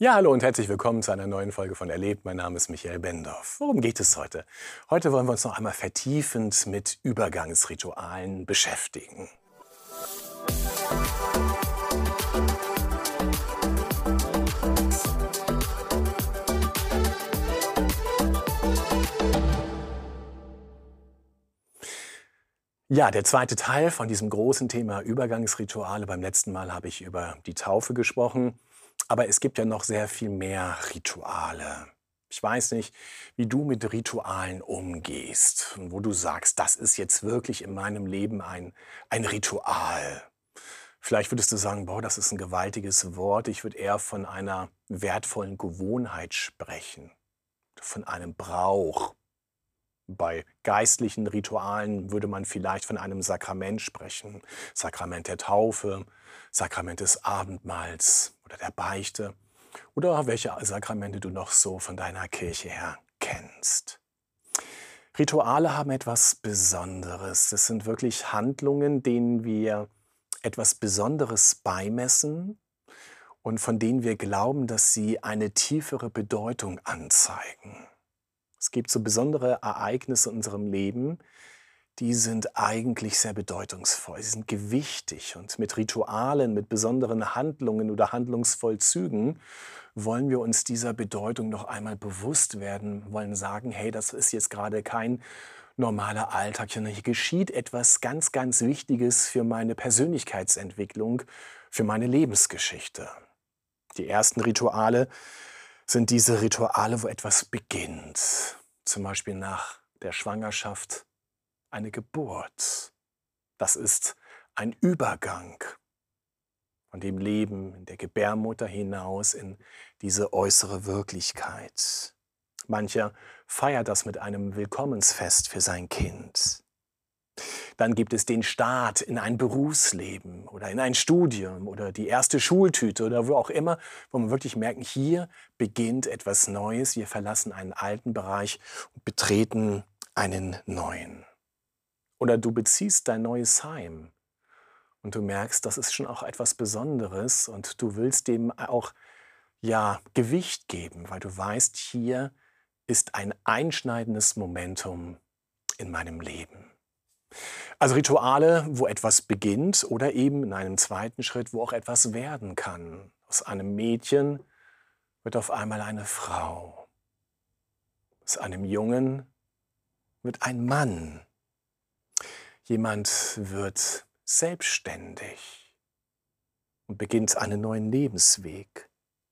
Ja, hallo und herzlich willkommen zu einer neuen Folge von Erlebt. Mein Name ist Michael Bendorf. Worum geht es heute? Heute wollen wir uns noch einmal vertiefend mit Übergangsritualen beschäftigen. Ja, der zweite Teil von diesem großen Thema Übergangsrituale. Beim letzten Mal habe ich über die Taufe gesprochen, aber es gibt ja noch sehr viel mehr Rituale. Ich weiß nicht, wie du mit Ritualen umgehst und wo du sagst, das ist jetzt wirklich in meinem Leben ein Ritual. Vielleicht würdest du sagen, boah, das ist ein gewaltiges Wort. Ich würde eher von einer wertvollen Gewohnheit sprechen, von einem Brauch. Bei geistlichen Ritualen würde man vielleicht von einem Sakrament sprechen. Sakrament der Taufe, Sakrament des Abendmahls oder der Beichte oder welche Sakramente du noch so von deiner Kirche her kennst. Rituale haben etwas Besonderes. Das sind wirklich Handlungen, denen wir etwas Besonderes beimessen und von denen wir glauben, dass sie eine tiefere Bedeutung anzeigen. Es gibt so besondere Ereignisse in unserem Leben, die sind eigentlich sehr bedeutungsvoll. Sie sind gewichtig und mit Ritualen, mit besonderen Handlungen oder Handlungsvollzügen wollen wir uns dieser Bedeutung noch einmal bewusst werden, wollen sagen, hey, das ist jetzt gerade kein normaler Alltag, sondern hier geschieht etwas ganz, ganz Wichtiges für meine Persönlichkeitsentwicklung, für meine Lebensgeschichte. Die ersten Rituale sind diese Rituale, wo etwas beginnt. Zum Beispiel nach der Schwangerschaft eine Geburt. Das ist ein Übergang von dem Leben in der Gebärmutter hinaus in diese äußere Wirklichkeit. Mancher feiert das mit einem Willkommensfest für sein Kind. Dann gibt es den Start in ein Berufsleben oder in ein Studium oder die erste Schultüte oder wo auch immer, wo man wirklich merkt, hier beginnt etwas Neues. Wir verlassen einen alten Bereich und betreten einen neuen. Oder du beziehst dein neues Heim und du merkst, das ist schon auch etwas Besonderes und du willst dem auch Gewicht geben, weil du weißt, hier ist ein einschneidendes Momentum in meinem Leben. Also Rituale, wo etwas beginnt oder eben in einem zweiten Schritt, wo auch etwas werden kann. Aus einem Mädchen wird auf einmal eine Frau. Aus einem Jungen wird ein Mann. Jemand wird selbstständig und beginnt einen neuen Lebensweg.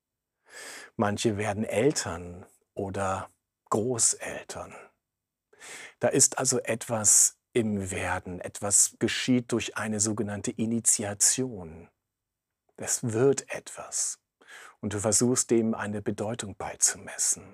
Manche werden Eltern oder Großeltern. Da ist also etwas im Werden, etwas geschieht durch eine sogenannte Initiation. Es wird etwas und du versuchst dem eine Bedeutung beizumessen.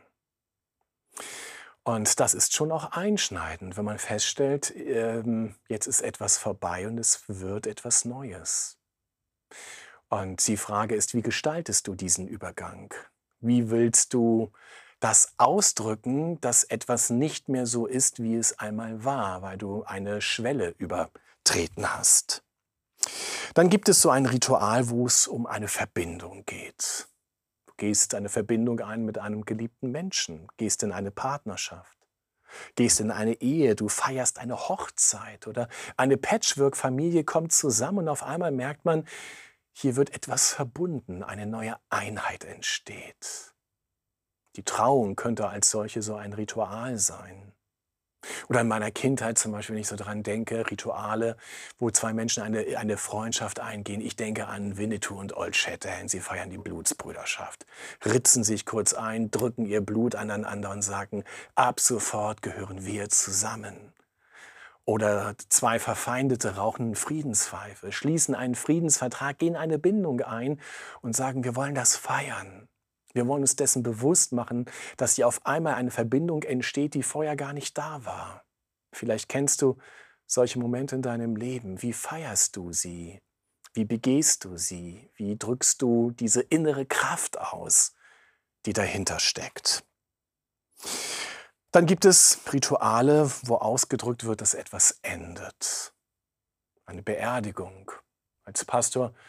Und das ist schon auch einschneidend, wenn man feststellt, jetzt ist etwas vorbei und es wird etwas Neues. Und die Frage ist, wie gestaltest du diesen Übergang? Wie willst du das ausdrücken, dass etwas nicht mehr so ist, wie es einmal war, weil du eine Schwelle übertreten hast? Dann gibt es so ein Ritual, wo es um eine Verbindung geht. Du gehst eine Verbindung ein mit einem geliebten Menschen, gehst in eine Partnerschaft, gehst in eine Ehe, du feierst eine Hochzeit oder eine Patchwork-Familie kommt zusammen und auf einmal merkt man, hier wird etwas verbunden, eine neue Einheit entsteht. Die Trauung könnte als solche so ein Ritual sein. Oder in meiner Kindheit zum Beispiel, wenn ich so dran denke, Rituale, wo zwei Menschen eine Freundschaft eingehen. Ich denke an Winnetou und Old Shatterhand, sie feiern die Blutsbrüderschaft, ritzen sich kurz ein, drücken ihr Blut aneinander und sagen, ab sofort gehören wir zusammen. Oder zwei Verfeindete rauchen Friedenspfeife, schließen einen Friedensvertrag, gehen eine Bindung ein und sagen, wir wollen das feiern. Wir wollen uns dessen bewusst machen, dass hier auf einmal eine Verbindung entsteht, die vorher gar nicht da war. Vielleicht kennst du solche Momente in deinem Leben. Wie feierst du sie? Wie begehst du sie? Wie drückst du diese innere Kraft aus, die dahinter steckt? Dann gibt es Rituale, wo ausgedrückt wird, dass etwas endet. Eine Beerdigung. Als Pastor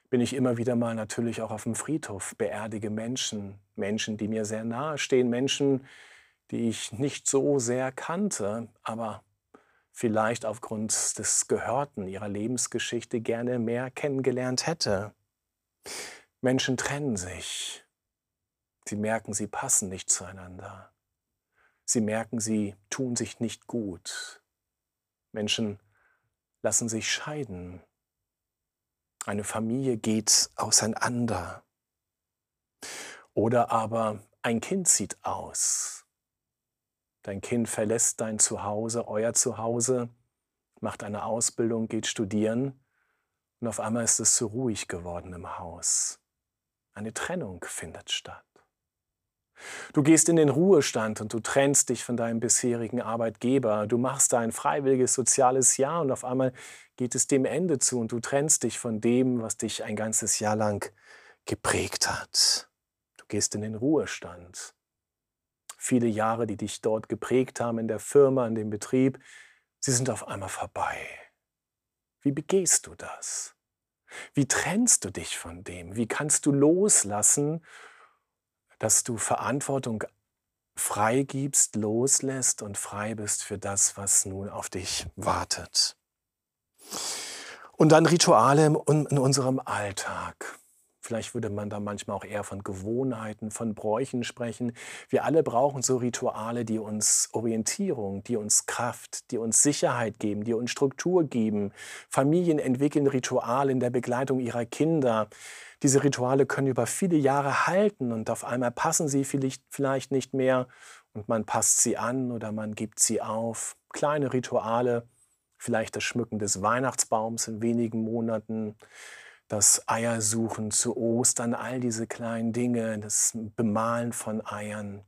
bin ich immer wieder mal natürlich auch auf dem Friedhof, beerdige Menschen, Menschen, die mir sehr nahe stehen, Menschen, die ich nicht so sehr kannte, aber vielleicht aufgrund des Gehörten ihrer Lebensgeschichte gerne mehr kennengelernt hätte. Menschen trennen sich. Sie merken, sie passen nicht zueinander. Sie merken, sie tun sich nicht gut. Menschen lassen sich scheiden. Eine Familie geht auseinander. Oder aber ein Kind zieht aus. Dein Kind verlässt dein Zuhause, euer Zuhause, macht eine Ausbildung, geht studieren und auf einmal ist es so ruhig geworden im Haus. Eine Trennung findet statt. Du gehst in den Ruhestand und du trennst dich von deinem bisherigen Arbeitgeber. Du machst ein freiwilliges soziales Jahr und auf einmal geht es dem Ende zu und du trennst dich von dem, was dich ein ganzes Jahr lang geprägt hat. Du gehst in den Ruhestand. Viele Jahre, die dich dort geprägt haben in der Firma, in dem Betrieb, sie sind auf einmal vorbei. Wie begehst du das? Wie trennst du dich von dem? Wie kannst du loslassen, dass du Verantwortung freigibst, loslässt und frei bist für das, was nun auf dich wartet? Und dann Rituale in unserem Alltag. Vielleicht würde man da manchmal auch eher von Gewohnheiten, von Bräuchen sprechen. Wir alle brauchen so Rituale, die uns Orientierung, die uns Kraft, die uns Sicherheit geben, die uns Struktur geben. Familien entwickeln Rituale in der Begleitung ihrer Kinder. Diese Rituale können über viele Jahre halten und auf einmal passen sie vielleicht nicht mehr und man passt sie an oder man gibt sie auf. Kleine Rituale, vielleicht das Schmücken des Weihnachtsbaums in wenigen Monaten, das Eiersuchen zu Ostern, all diese kleinen Dinge, das Bemalen von Eiern.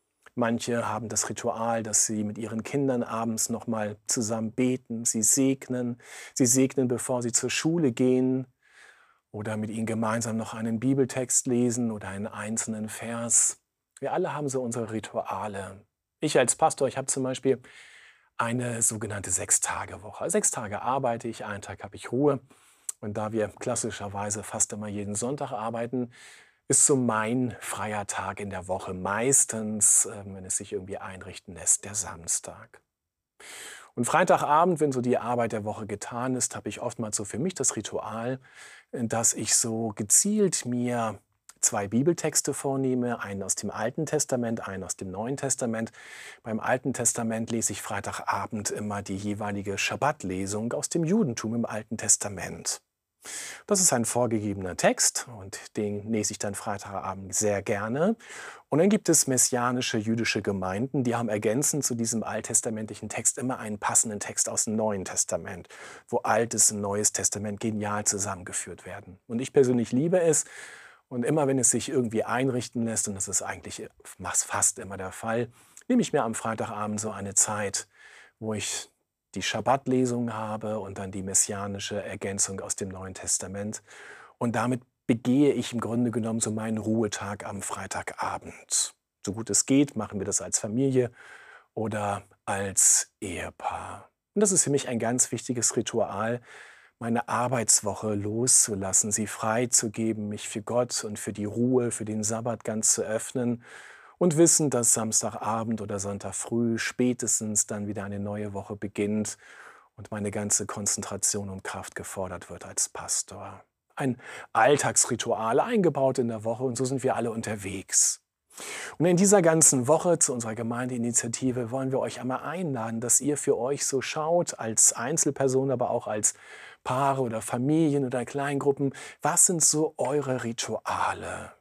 Manche haben das Ritual, dass sie mit ihren Kindern abends nochmal zusammen beten, sie segnen, bevor sie zur Schule gehen oder mit ihnen gemeinsam noch einen Bibeltext lesen oder einen einzelnen Vers. Wir alle haben so unsere Rituale. Ich als Pastor, ich habe zum Beispiel eine sogenannte 6-Tage-Woche. 6 Tage arbeite ich, einen Tag habe ich Ruhe. Und da wir klassischerweise fast immer jeden Sonntag arbeiten, ist so mein freier Tag in der Woche meistens, wenn es sich irgendwie einrichten lässt, der Samstag. Und Freitagabend, wenn so die Arbeit der Woche getan ist, habe ich oftmals so für mich das Ritual, dass ich so gezielt mir 2 Bibeltexte vornehme, einen aus dem Alten Testament, einen aus dem Neuen Testament. Beim Alten Testament lese ich Freitagabend immer die jeweilige Schabbatlesung aus dem Judentum im Alten Testament. Das ist ein vorgegebener Text und den lese ich dann Freitagabend sehr gerne. Und dann gibt es messianische jüdische Gemeinden, die haben ergänzend zu diesem alttestamentlichen Text immer einen passenden Text aus dem Neuen Testament, wo Altes und Neues Testament genial zusammengeführt werden. Und ich persönlich liebe es. Und immer wenn es sich irgendwie einrichten lässt, und das ist eigentlich fast immer der Fall, nehme ich mir am Freitagabend so eine Zeit, wo ich die Schabbatlesung habe und dann die messianische Ergänzung aus dem Neuen Testament. Und damit begehe ich im Grunde genommen so meinen Ruhetag am Freitagabend. So gut es geht, machen wir das als Familie oder als Ehepaar. Und das ist für mich ein ganz wichtiges Ritual, meine Arbeitswoche loszulassen, sie freizugeben, mich für Gott und für die Ruhe, für den Sabbat ganz zu öffnen und wissen, dass Samstagabend oder Sonntag früh spätestens dann wieder eine neue Woche beginnt und meine ganze Konzentration und Kraft gefordert wird als Pastor. Ein Alltagsritual eingebaut in der Woche und so sind wir alle unterwegs. Und in dieser ganzen Woche zu unserer Gemeindeinitiative wollen wir euch einmal einladen, dass ihr für euch so schaut, als Einzelperson, aber auch als Paare oder Familien oder Kleingruppen, was sind so eure Rituale,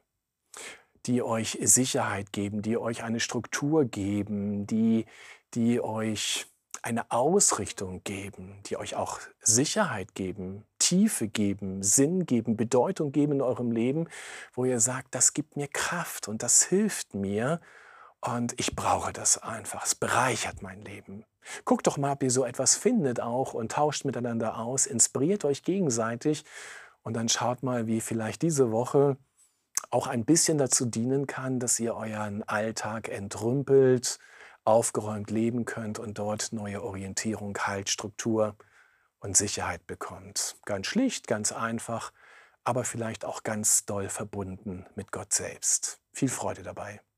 die euch Sicherheit geben, die euch eine Struktur geben, die euch eine Ausrichtung geben, die euch auch Sicherheit geben, Tiefe geben, Sinn geben, Bedeutung geben in eurem Leben, wo ihr sagt, das gibt mir Kraft und das hilft mir und ich brauche das einfach. Es bereichert mein Leben. Guckt doch mal, ob ihr so etwas findet auch und tauscht miteinander aus, inspiriert euch gegenseitig und dann schaut mal, wie vielleicht diese Woche auch ein bisschen dazu dienen kann, dass ihr euren Alltag entrümpelt, aufgeräumt leben könnt und dort neue Orientierung, Halt, Struktur und Sicherheit bekommt. Ganz schlicht, ganz einfach, aber vielleicht auch ganz doll verbunden mit Gott selbst. Viel Freude dabei.